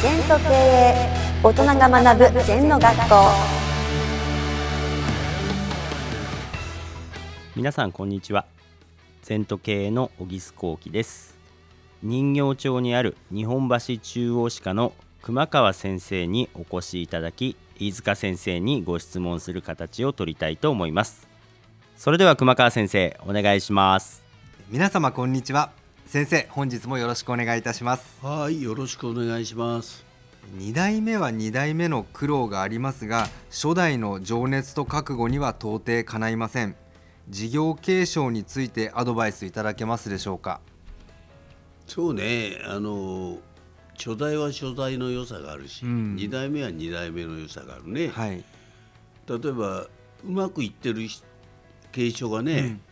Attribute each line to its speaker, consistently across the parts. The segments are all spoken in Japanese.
Speaker 1: 禅と経営、大人が学ぶ禅の学校。
Speaker 2: 皆さんこんにちは。禅と経営の小木須幸喜です。人形町にある日本橋中央歯科の熊川先生にお越しいただき、飯塚先生にご質問する形を取りたいと思います。それでは熊川先生、お願いします。
Speaker 3: 皆様こんにちは。先生、本日もよろしくお願いいたします。
Speaker 4: はい、よろしくお願いします。
Speaker 3: 2代目は2代目の苦労がありますが、初代の情熱と覚悟には到底かないません。事業継承についてアドバイスいただけますでしょうか。
Speaker 4: そうね、初代は初代の良さがあるし、2代目は2代目の良さがあるね。
Speaker 3: はい、
Speaker 4: 例えばうまくいってる継承がね、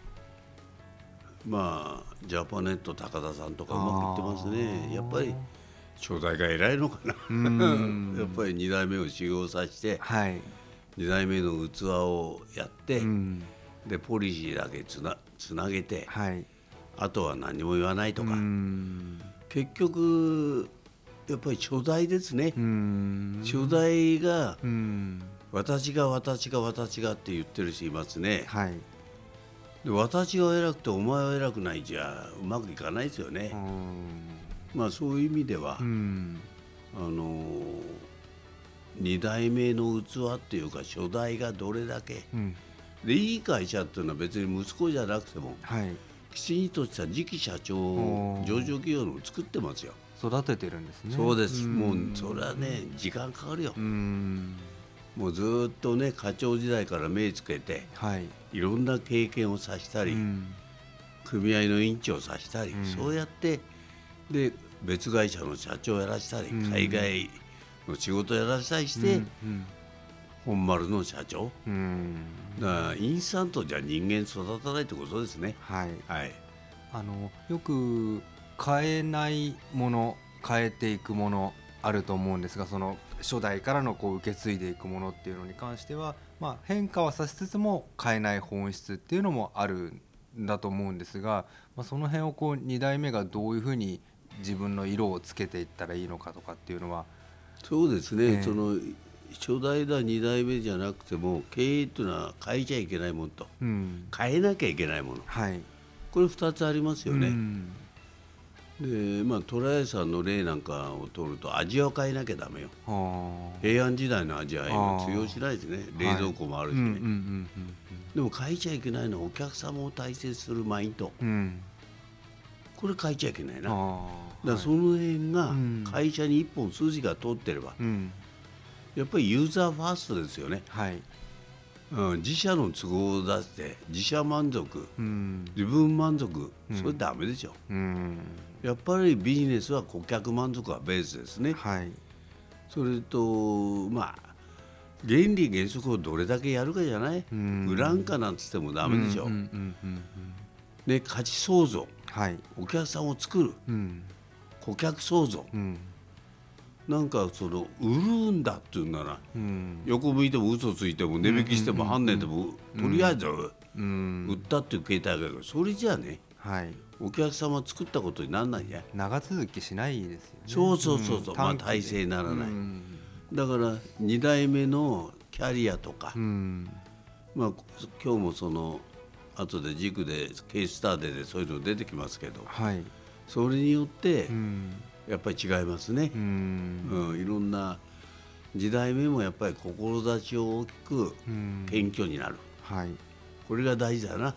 Speaker 4: まあジャパネット高田さんとかうまくいってますね。やっぱり初代が偉いのかな。やっぱり2代目を修行させて、2代目の器をやって、でポリシーだけつなげて、あとは何も言わないとか、結局やっぱり初代ですね。初代が、私がって言ってる人いますね。で私が偉くてお前は偉くないじゃうまくいかないですよね。まあそういう意味では、2代目の器っていうか初代がどれだけ、でいい会社っていうのは別に息子じゃなくても、きちんとした次期社長を上場企業の作ってますよ。
Speaker 3: 育ててるんですね。
Speaker 4: そうです。もうそれはね時間かかるよ。もうずっとね課長時代から目つけて、いろんな経験をさせたり、組合の委員長をさせたり、そうやってで別会社の社長をやらせたり、海外の仕事をやらせたりして、本丸の社長、だからインスタントじゃ人間育たないってことですね。
Speaker 3: よく変えないもの、変えていくものあると思うんですが、その初代からの受け継いでいくものっていうのに関しては、変化はさしつつも変えない本質っていうのもあるんだと思うんですが、その辺を2代目がどういうふうに自分の色をつけていったらいいのかとかっていうのは。
Speaker 4: そうですね、その初代だ2代目じゃなくても経営というのは変えちゃいけないものと、変えなきゃいけないもの、これ2つありますよね。でトライさんの例なんかを取ると味は変えなきゃダメよ。平安時代の味は今通用しないですね。冷蔵庫もあるしね。でも変えちゃいけないのはお客様を大切するマインド、これ変えちゃいけないな。だからその辺が会社に一本筋が通ってれば、やっぱりユーザーファーストですよね。自社の都合を出して自社満足、自分満足、それダメでしょ。やっぱりビジネスは顧客満足がベースですね。それと原理原則をどれだけやるかじゃない。売らんかなんて言ってもダメでしょ。で価値創造、お客さんを作る、顧客創造、なんかその売るんだっていうなら、横向いても嘘ついても値引きしても半年でも、とりあえず売ったっていう形態があるけど、それじゃあね、お客様作ったことにならないじゃん。
Speaker 3: 長続きしないですよね。
Speaker 4: そう、体制にならない。だから2代目のキャリアとか、今日もその後で軸でケーススタディでそういうの出てきますけど、それによってやっぱり違いますね。いろんな時代目もやっぱり志を大きく謙虚になる、これが大事だな。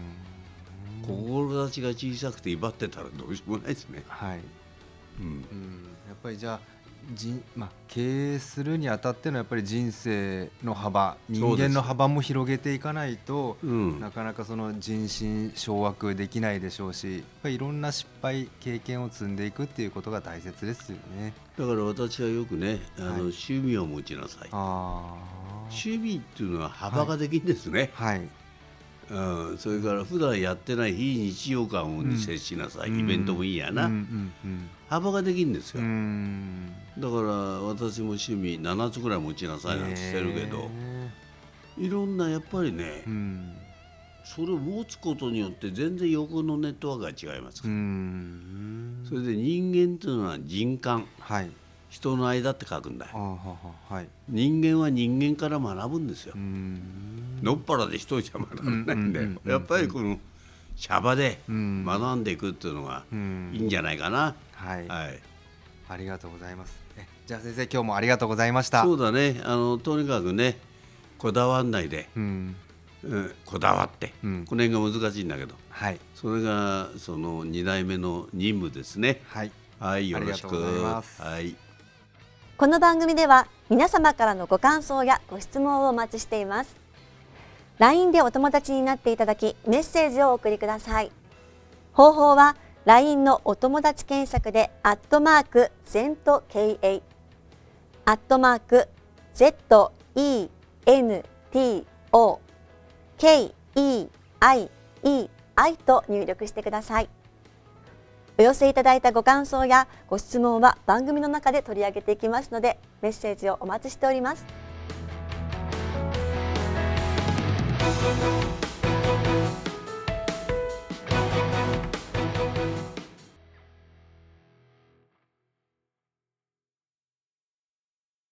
Speaker 4: 志が小さくて威張ってたらどうしようもないですね。
Speaker 3: やっぱりじゃあ経営するにあたってのやっぱり人生の幅、人間の幅も広げていかないと、なかなかその人心掌握できないでしょうし、やっぱりいろんな失敗経験を積んでいくっていうことが大切ですよね。
Speaker 4: だから私はよくね、趣味を持ちなさい。趣味っていうのは幅ができるんですね。それから普段やってない非日常感に接しなさい。イベントもいいやな、幅ができるんですよ。だから私も趣味7つぐらい持ちなさいなんてしてるけど、いろんなやっぱりね、それを持つことによって全然横のネットワークが違いますから。それで人間というのは人間、 人の間って書くんだよ。人間は人間から学ぶんですよ。のっぱらで一人じゃ学ばないんだよ。やっぱりこの茶場で学んでいくっていうのがいいんじゃないかな。
Speaker 3: はい、ありがとうございます。じゃあ先生、今日もありがとうございました。
Speaker 4: そうだね、とにかくね、こだわんないで、こだわって、この辺が難しいんだけど、それがその2代目の任務ですね。はい、よろしく。
Speaker 1: この番組では皆様からのご感想やご質問をお待ちしています。 LINE でお友達になっていただき、メッセージをお送りください。方法は LINE のお友達検索で@ZENTKEI@ZENTOKEIEI と入力してください。お寄せいただいたご感想やご質問は番組の中で取り上げていきますので、メッセージをお待ちしております。